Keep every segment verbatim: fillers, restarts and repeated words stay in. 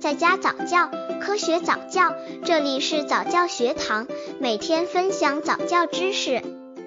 在家早教，科学早教，这里是早教学堂，每天分享早教知识。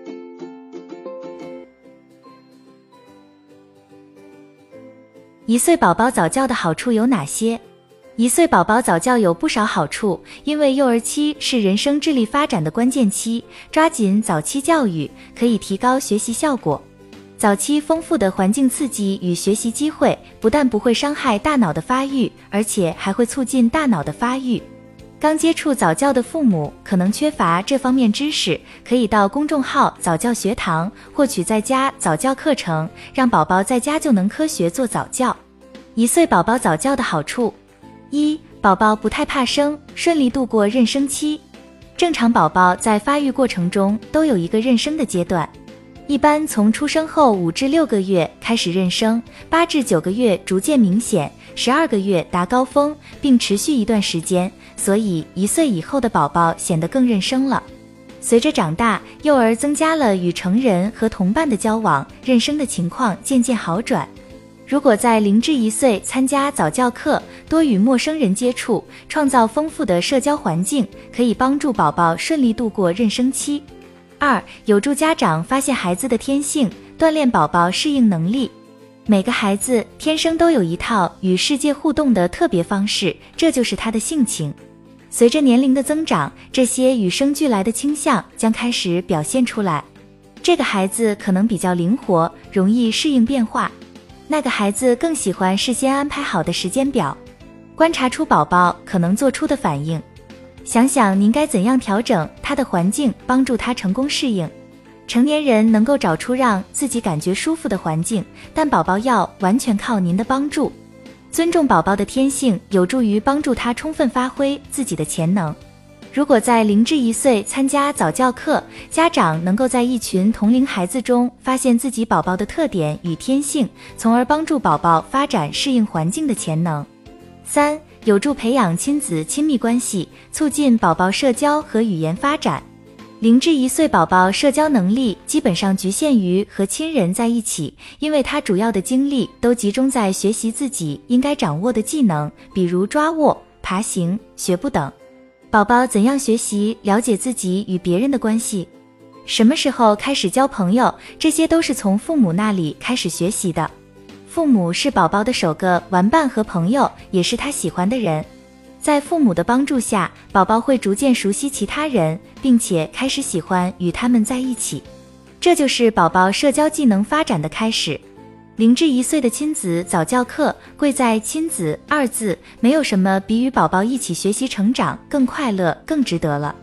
一岁宝宝早教的好处有哪些？一岁宝宝早教有不少好处，因为幼儿期是人生智力发展的关键期，抓紧早期教育可以提高学习效果。早期丰富的环境刺激与学习机会，不但不会伤害大脑的发育，而且还会促进大脑的发育。刚接触早教的父母可能缺乏这方面知识，可以到公众号早教学堂获取在家早教课程，让宝宝在家就能科学做早教。一岁宝宝早教的好处：一、宝宝不太怕生，顺利度过妊娠期。正常宝宝在发育过程中都有一个妊娠的阶段，一般从出生后五至六个月开始妊娠，八至九个月逐渐明显，十二个月达高峰，并持续一段时间，所以一岁以后的宝宝显得更妊娠了。随着长大，幼儿增加了与成人和同伴的交往，妊娠的情况渐渐好转。如果在零至一岁参加早教课，多与陌生人接触，创造丰富的社交环境，可以帮助宝宝顺利度过妊娠期。二、有助家长发现孩子的天性，锻炼宝宝适应能力。每个孩子天生都有一套与世界互动的特别方式，这就是他的性情。随着年龄的增长，这些与生俱来的倾向将开始表现出来。这个孩子可能比较灵活，容易适应变化；那个孩子更喜欢事先安排好的时间表。观察出宝宝可能做出的反应，想想您该怎样调整他的环境，帮助他成功适应。成年人能够找出让自己感觉舒服的环境，但宝宝要完全靠您的帮助。尊重宝宝的天性，有助于帮助他充分发挥自己的潜能。如果在零至一岁参加早教课，家长能够在一群同龄孩子中发现自己宝宝的特点与天性，从而帮助宝宝发展适应环境的潜能。三、有助培养亲子亲密关系，促进宝宝社交和语言发展。零至一岁宝宝社交能力基本上局限于和亲人在一起，因为他主要的精力都集中在学习自己应该掌握的技能，比如抓握、爬行、学步等。宝宝怎样学习了解自己与别人的关系？什么时候开始交朋友？这些都是从父母那里开始学习的。父母是宝宝的首个玩伴和朋友，也是他喜欢的人。在父母的帮助下，宝宝会逐渐熟悉其他人，并且开始喜欢与他们在一起。这就是宝宝社交技能发展的开始。零至一岁的亲子早教课，贵在亲子二字，没有什么比与宝宝一起学习成长更快乐、更值得了。